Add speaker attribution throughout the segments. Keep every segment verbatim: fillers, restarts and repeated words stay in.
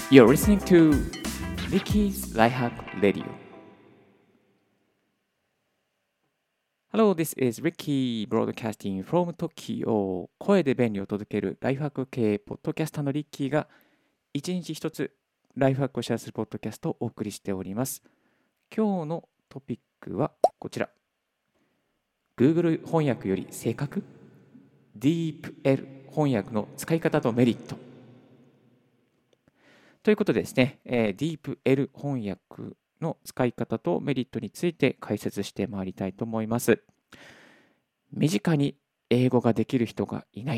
Speaker 1: You're listening to Ricky's Lifehack Radio. Hello, this is Ricky broadcasting from Tokyo. 声で便利を届けるライフハック系ポッドキャスターのリッキーが一日一つライフハックをシェアするポッドキャストをお送りしております。今日のトピックはこちら。Google 翻訳より正確 ディープエル 翻訳の使い方とメリットということでですね、えー、ディープエル 翻訳の使い方とメリットについて解説してまいりたいと思います。身近に英語ができる人がいない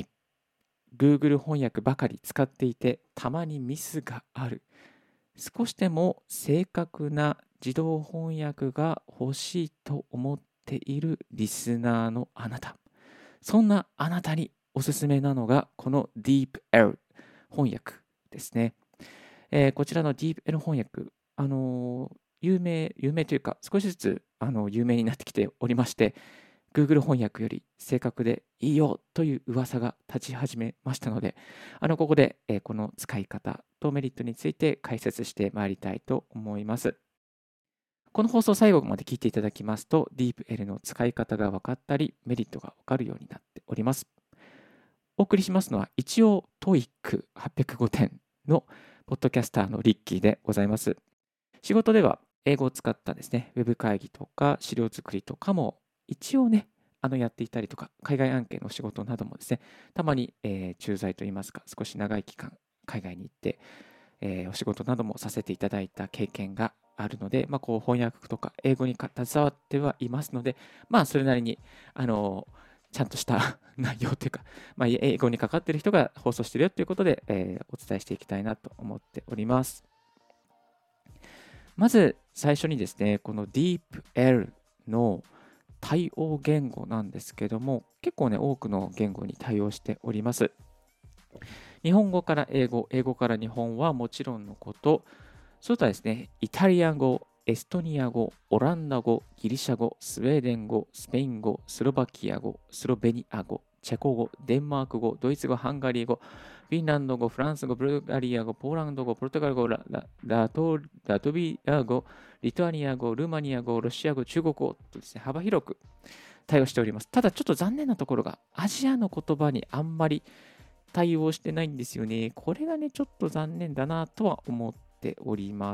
Speaker 1: 。Google 翻訳ばかり使っていてたまにミスがある。少しでも正確な自動翻訳が欲しいと思っているリスナーのあなた。そんなあなたにおすすめなのがこの ディープエル 翻訳ですね。えー、こちらの ディープエル 翻訳、あのー、有名、有名というか少しずつあの有名になってきておりまして、Google 翻訳より正確でいいよという噂が立ち始めましたので、あのここで、えー、この使い方とメリットについて解説してまいりたいと思います。この放送最後まで聞いていただきますと、ディープエル の使い方が分かったり、メリットが分かるようになっております。お送りしますのは、一応 トーイックはっぴゃくごてんのポッドキャスターのリッキーでございます。仕事では英語を使ったですね、ウェブ会議とか資料作りとかも一応ね、あのやっていたりとか、海外案件の仕事などもですね、たまに、えー、駐在といいますか、少し長い期間海外に行って、えー、お仕事などもさせていただいた経験があるので、まあ、こう翻訳とか英語に携わってはいますので、まあそれなりにあのちゃんとした内容というか、まあ、英語にかかっている人が放送しているよということで、えー、お伝えしていきたいなと思っております。まず最初にですね、この ディープエル の対応言語なんですけども、結構ね、多くの言語に対応しております。日本語から英語、英語から日本はもちろんのこと、それとはですね、イタリア語、エストニア語、オランダ語、ギリシャ語、スウェーデン語、スペイン語、スロバキア語、スロベニア語、チェコ語、デンマーク語、ドイツ語、ハンガリー語、フィンランド語、フランス語、ブルガリア語、ポーランド語、ポルトガル語、ラララトラトビア語、リトアニア語、ルーマニア語、ロシア語、中国語とですね、幅広く対応しております。ただちょっと残念なところが、アジアの言葉にあんまり対応してないんですよね。これがね、ちょっと残念だなとは思っております。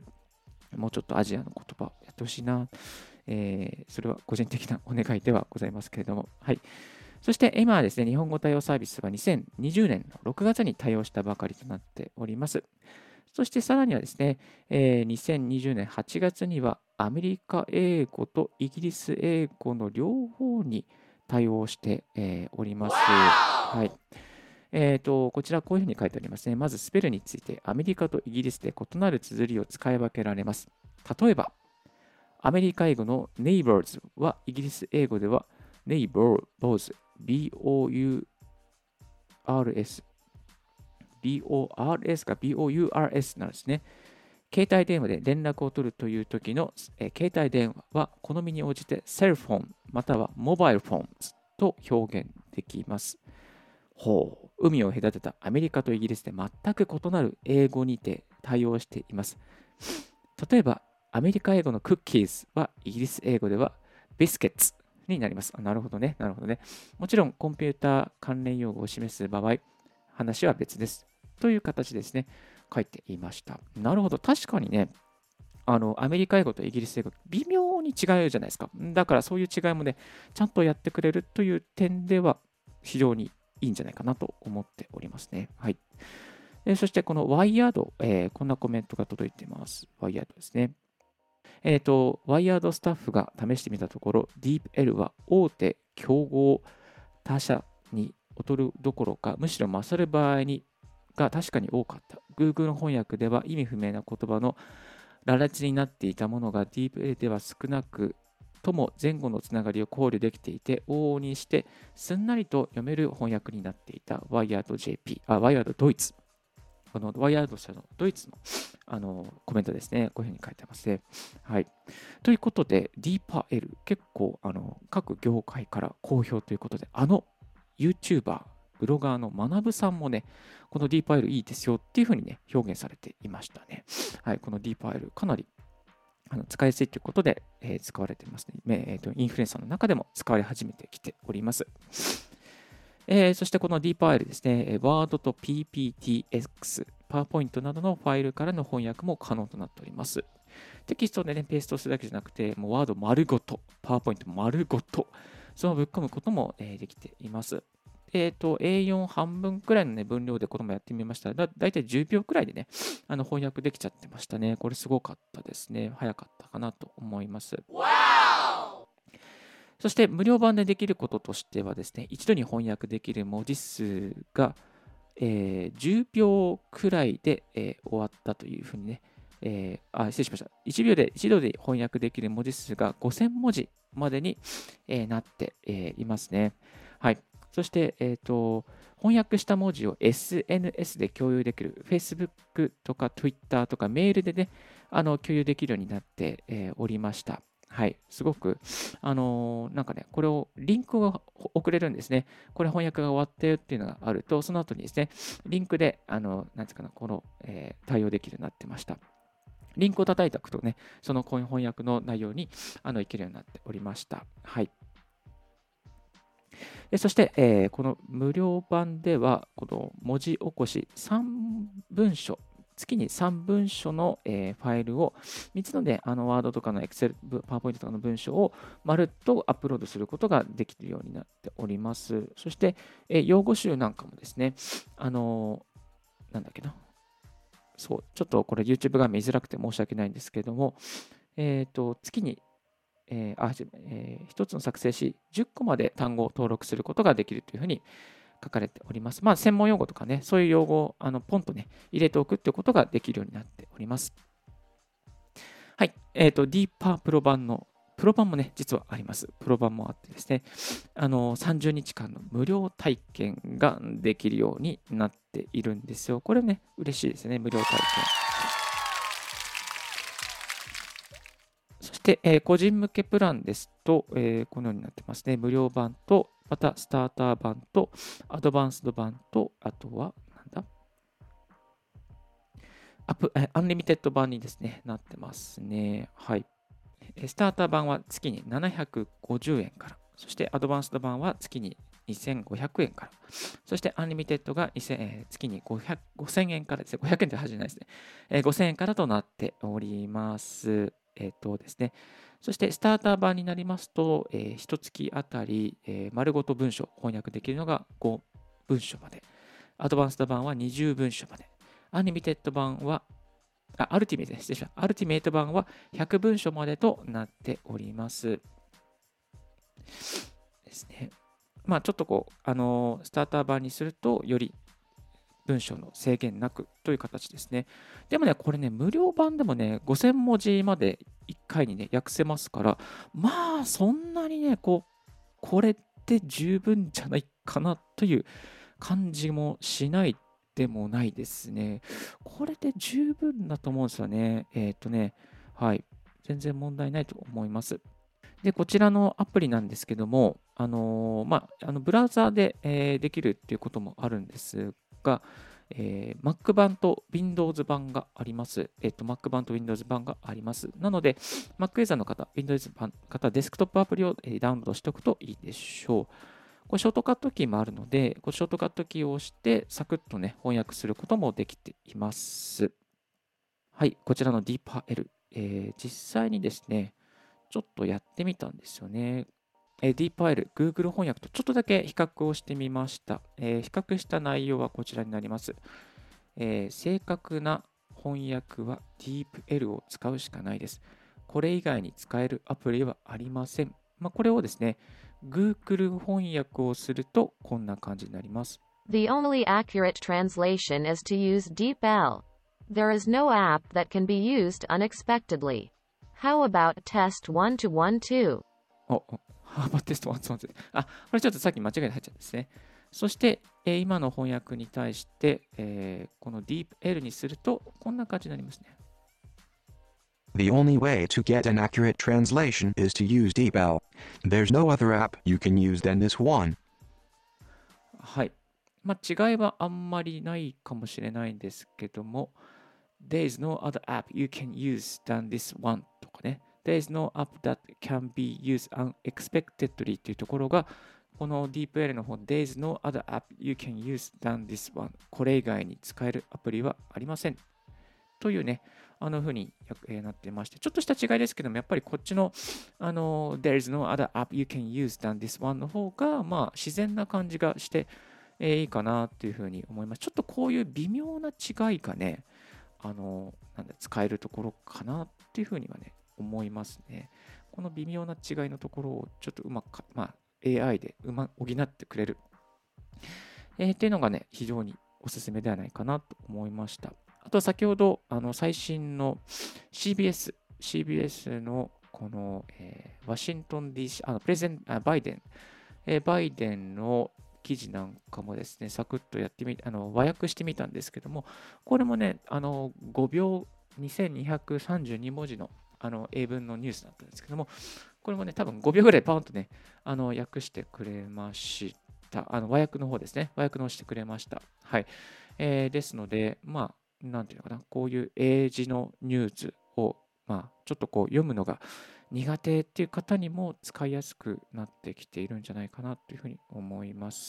Speaker 1: もうちょっとアジアの言葉やってほしいな。えー、それは個人的なお願いではございますけれども。はい。そして今はですね、日本語対応サービスはにせんにじゅうねんのろくがつに対応したばかりとなっております。そしてさらにはですね、えー、にせんにじゅうねんはちがつにはアメリカ英語とイギリス英語の両方に対応して、えー、おります。はい。えーと、こちらこういうふうに書いてありますね。まずスペルについて、アメリカとイギリスで異なる綴りを使い分けられます。例えば、アメリカ英語の neighbors はイギリス英語では neighbors、B O U R S、B O R S か B O U R S なんですね。携帯電話で連絡を取るという時の、えー、携帯電話は好みに応じて cell phone または mobile phones と表現できます。ほう、海を隔てたアメリカとイギリスで全く異なる英語にて対応しています。例えば、アメリカ英語の cookies はイギリス英語では biscuits になります。あ、なるほどね。なるほどね。もちろん、コンピューター関連用語を示す場合、話は別です。という形ですね。書いていました。なるほど。確かにね、あのアメリカ英語とイギリス英語、微妙に違うじゃないですか。だからそういう違いもね、ちゃんとやってくれるという点では非常にいいんじゃないかなと思っておりますね。はい。えー、そしてこの ワイヤード、えー、こんなコメントが届いています。ワイヤードですね。えっ、ー、と、ワイヤードスタッフが試してみたところ、ディープエル は大手、競合、他社に劣るどころか、むしろ勝る場合にが確かに多かった。Google の翻訳では意味不明な言葉の羅列になっていたものが ディープエル では少なくとも前後のつながりを考慮できていて、往々にしてすんなりと読める翻訳になっていた ワイヤード ジェーピー、あ、ワイヤード ドイツ。このワイヤード社のドイツの、あのコメントですね。こういうふうに書いてますね。はい。ということで、ディープエル、結構あの各業界から好評ということで、あの YouTuber ブロガーの学さんもね、この DeepL いいですよっていうふうにね、表現されていましたね。はい、この DeepL かなりあの使いやすいということで、えー使われていますね、えーと。インフルエンサーの中でも使われ始めてきております。えー、そしてこの DeepL ですね、Word と ピーピーティーエックス、PowerPoint などのファイルからの翻訳も可能となっております。テキストでね、ペーストするだけじゃなくて、もう Word 丸ごと、PowerPoint 丸ごと、そのぶっ込むことも、えーできています。えっ、と、エーよん 半分くらいの、ね、分量でこのもやってみましたら、だだいたいじゅうびょうくらいでね、あの翻訳できちゃってましたね。これすごかったですね。早かったかなと思います。そして無料版でできることとしてはですね、一度に翻訳できる文字数が、えーじゅうびょうくらいで、えー終わったというふうにね、えーあ、失礼しました。いちびょうで、一度で翻訳できる文字数がごせんもじまでに、えーなって、えーいますね。はい。そして、えーと、翻訳した文字を エスエヌエス で共有できる Facebook とか Twitter とかメールでね、あの共有できるようになって、えーおりました。はい。すごく、あのーなんかね、これをリンクが送れるんですね。これ翻訳が終わったよっていうのがあると、その後にですね、リンクで、あの、なんていうかな、この、えー対応できるようになってました。リンクを叩いておくとね、その翻訳の内容にあのいけるようになっておりました。はい。でそして、えーこの無料版では、この文字起こしさんぶんしょ、月にさんぶんしょの、えーファイルをみっつので、あのワードとかの Excel、PowerPoint とかの文章をまるっとアップロードすることができるようになっております。そして、えー用語集なんかもですね、あのーなんだっけな、そう、ちょっとこれ YouTube が見づらくて申し訳ないんですけれども、えっ、と、月にえーあえーひとつの作成し、じゅっこまで単語を登録することができるというふうに書かれております。まあ、専門用語とかね、そういう用語をあのポンとね、入れておくということができるようになっております。はい。えっ、と、Deeper プロ版の、プロ版もね、実はあります。プロ版もあってですね、あの、さんじゅうにちかんの無料体験ができるようになっているんですよ。これね、嬉しいですね、無料体験。そして、えー個人向けプランですと、えーこのようになってますね。無料版と、またスターター版と、アドバンスド版と、あとは、なんだアップ、えーアンリミテッド版にですね、なってますね。はい。えースターター版は月にななひゃくごじゅうえんから、そしてアドバンスド版は月ににせんごひゃくえんから、そしてアンリミテッドがにせんえー月にごひゃく ごせんえんからですね、ごひゃくえんではじめないですね、えーごせんえんからとなっております。えっ、とですね、そしてスターター版になりますと、えー、いちがつあたり、えー丸ごと文章翻訳できるのがごぶんしょまで、アドバンスド版はにじゅうぶんしょまで、アンリミテッド版はあ、アルティメイトです。失礼しました。アルティメイト版はひゃくぶんしょまでとなっております。ですね。まあ、ちょっとこう、あのースターター版にすると、より文章の制限なくという形ですね。でもね、これね、無料版でもね、ごせんもじまでいっかいにね、訳せますから、まあ、そんなにね、こう、これって十分じゃないかなという感じもしないでもないですね。これで十分だと思うんですよね。えっ、とね、はい。全然問題ないと思います。で、こちらのアプリなんですけども、あのーまあ、あのブラウザーで、えーできるっていうこともあるんですが、えー Mac 版と Windows 版があります。えっ、と、Mac 版と Windows 版があります。なので、Mac ユーザーの方、Windows 版方、デスクトップアプリをえーダウンロードしておくといいでしょう。これショートカットキーもあるので、これショートカットキーを押して、サクッとね、翻訳することもできています。はい、こちらの DeepL、えー実際にですね、ちょっとやってみたんですよね。えー DeepL、Google 翻訳とちょっとだけ比較をしてみました。えー比較した内容はこちらになります。えー正確な翻訳は DeepL を使うしかないです。これ以外に使えるアプリはありません。まあ、これをですね、Google 翻訳をするとこんな感じになります。
Speaker 2: The only accurate translation is to use DeepL. There is no app that can be used unexpectedly. How about test one to one two?
Speaker 1: お、おハーバーテストワンツーワンツー。あ、これちょっとさっき間違いで入っちゃったんですね。そして、えー今の翻訳に対して、えーこの DeepL にすると、こんな感じになりますね。
Speaker 3: The only way to get an accurate translation is to use DeepL. There's no other app you can use than this one.
Speaker 1: はい。 まあ、違いはあんまりないかもしれないんですけども、There is no other app you can use than this one とかね、There is no app that can be used unexpectedly というところが、この DeepL の方、There is no other app you can use than this one これ以外に使えるアプリはありません。というね、あの風に、えーなってまして、ちょっとした違いですけども、やっぱりこっちの、あの There is no other app you can use than this one の方が、まあ、自然な感じがして、えーいいかなというふうに思います。ちょっとこういう微妙な違いがね、あのなんだ使えるところかなっていうふうにはね、思いますね。この微妙な違いのところをちょっとうまくか、まあ、エーアイ でうま補ってくれる、えーっていうのがね、非常におすすめではないかなと思いました。あと先ほどあの最新の シービーエス、シービーエス のこの、えーワシントン ディーシー、あのプレゼンあバイデン、えーバイデンの記事なんかもですね、サクッとやってみあの和訳してみたんですけども、これもね、あのごびょう、にせんにひゃくさんじゅうにもじのあの英文のニュースだったんですけども、これもね、多分ごびょうぐらいパンとね、あの訳してくれました。あの和訳の方ですね、和訳のしてくれました。はい。えーですので、まあ、なんていうのかな、こういう英字のニュースを、まあ、ちょっとこう読むのが苦手っていう方にも使いやすくなってきているんじゃないかなというふうに思います。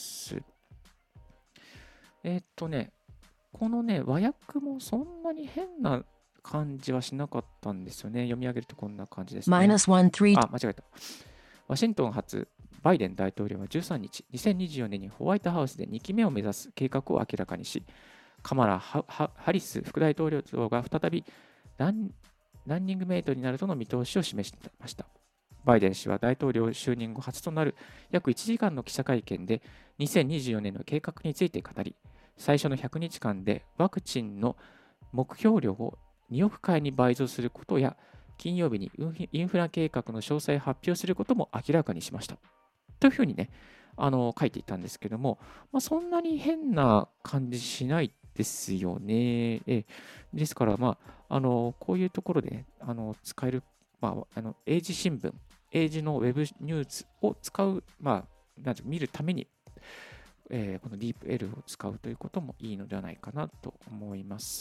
Speaker 1: えーっとね、このね、和訳もそんなに変な感じはしなかったんですよね。読み上げるとこんな感じですね。
Speaker 4: minus one three
Speaker 1: あ、間違えた。ワシントン発バイデン大統領はじゅうさんにち、にせんにじゅうよねんにホワイトハウスでにきめを目指す計画を明らかにし、カマラ・ハハハリス副大統領が再びランランニングメイトになるとの見通しを示していました。バイデン氏は大統領就任後初となる約いちじかんの記者会見でにせんにじゅうよねんの計画について語り、最初のひゃくにちかんでワクチンの目標量をにおくかいに倍増することや、金曜日にインフラ計画の詳細を発表することも明らかにしました。というふうにね、あの書いていたんですけども、まあ、そんなに変な感じしないですよね。えですから、まあ、あのこういうところで、ね、あの使える、まあ、あの英字新聞、英字のウェブニュースを使う、まあ、なんていうか見るために、えーこの DeepL を使うということもいいのではないかなと思います。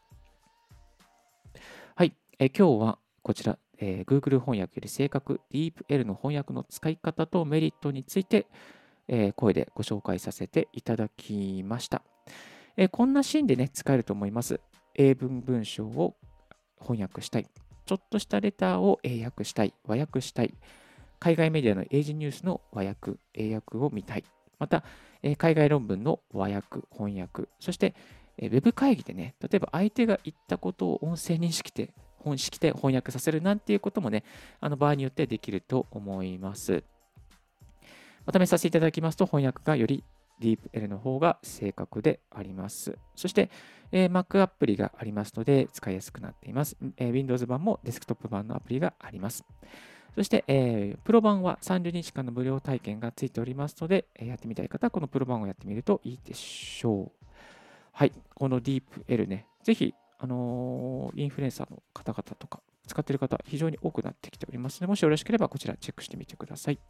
Speaker 1: はい、えー今日はこちら、えー Google 翻訳より正確 DeepL の翻訳の使い方とメリットについて、えー声でご紹介させていただきました。えーこんなシーンでね、使えると思います。英文文章を翻訳したい。ちょっとしたレターを英訳したい。和訳したい。海外メディアの英字ニュースの和訳、英訳を見たい。また、えー海外論文の和訳、翻訳。そして、えーウェブ会議でね、例えば相手が言ったことを音声認識で本式で翻訳させるなんていうこともね、あの場合によってできると思います。まとめさせていただきますと、翻訳がより DeepL の方が正確であります。そして、えー Mac アプリがありますので使いやすくなっています。えー Windows 版もデスクトップ版のアプリがあります。そして、えープロ版はさんじゅうにちかんの無料体験がついておりますので、えーやってみたい方はこのプロ版をやってみるといいでしょう。はい、この DeepL ね、ぜひ、あのーインフルエンサーの方々とか使っている方、非常に多くなってきておりますので、もしよろしければこちらチェックしてみてください。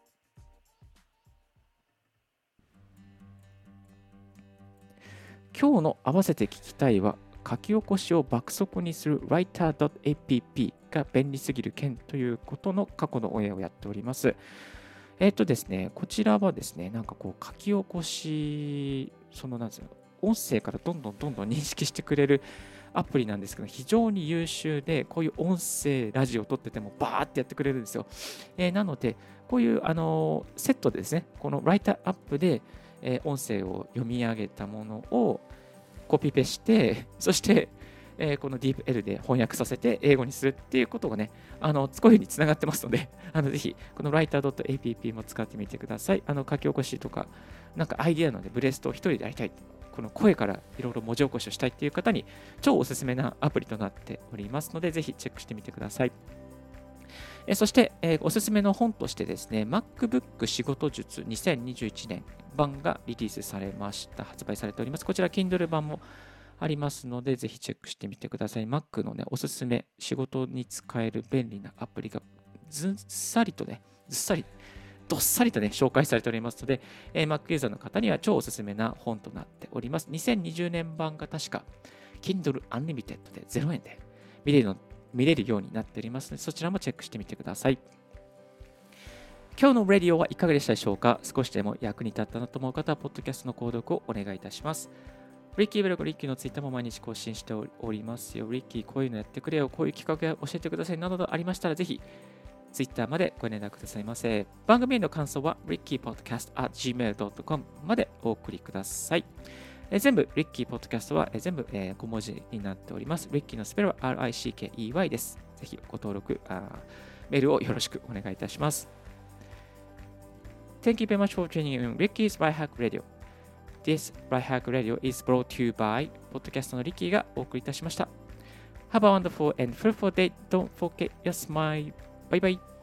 Speaker 1: 今日の合わせて聞きたいは、書き起こしを爆速にする ライター ドット エーピーピー が便利すぎる件ということの過去のオンエアをやっております。えっ、とですね、こちらはですね、なんかこう書き起こし、そのなんですよ、音声からどんどんどんどん認識してくれるアプリなんですけど、非常に優秀で、こういう音声、ラジオを撮っててもバーってやってくれるんですよ。えーなので、こういうあのセットでですね、このライターアップで、えー音声を読み上げたものをコピペして、そして、えーこの DeepL で翻訳させて英語にするっていうことがね、あの、こういうふうにつながってますので、あのぜひ、この ライター ドット エーピーピー も使ってみてください。あの、書き起こしとか、なんかアイディアので、ブレストを一人でやりたい。この声からいろいろ文字起こしをしたいっていう方に超おすすめなアプリとなっておりますので、ぜひチェックしてみてください。えーそして、えーおすすめの本としてですね、MacBook 仕事術にせんにじゅういちねん版がリリースされました。発売されております。こちら Kindle 版もありますので、ぜひチェックしてみてください。Mac のね、おすすめ、仕事に使える便利なアプリがずっさりとね、ずっさりどっさりとね、紹介されておりますので、えー、Mac ユーザーの方には超おすすめな本となっております。にせんにじゅうねん版が確か Kindle Unlimited でゼロえんで見れるの見れるようになっておりますので、そちらもチェックしてみてください。今日のレディオはいかがでしたでしょうか。少しでも役に立ったなと思う方は、ポッドキャストの購読をお願いいたします。リッキーブログ、リッキーのツイッターも毎日更新しておりますよ。リッキー、こういうのやってくれよ、こういう企画や教えてくださいなどがありましたら、ぜひ、ツイッターまでご連絡くださいませ。番組への感想は、リッキーポッドキャスト アットジーメールドットコム までお送りください。え全部、リッキーポッドキャストはえ全部、えー、小文字になっております。リッキーのスペルは アールアイシーケーイーワイ です。ぜひご登録あ、メールをよろしくお願いいたします。Thank you very much for tuning in Ricky's Right Hack Radio.This Right Hack Radio is brought to you by ポッドキャストのリッキーがお送りいたしました。Have a wonderful and fruitful day. Don't forget your smile. Bye bye.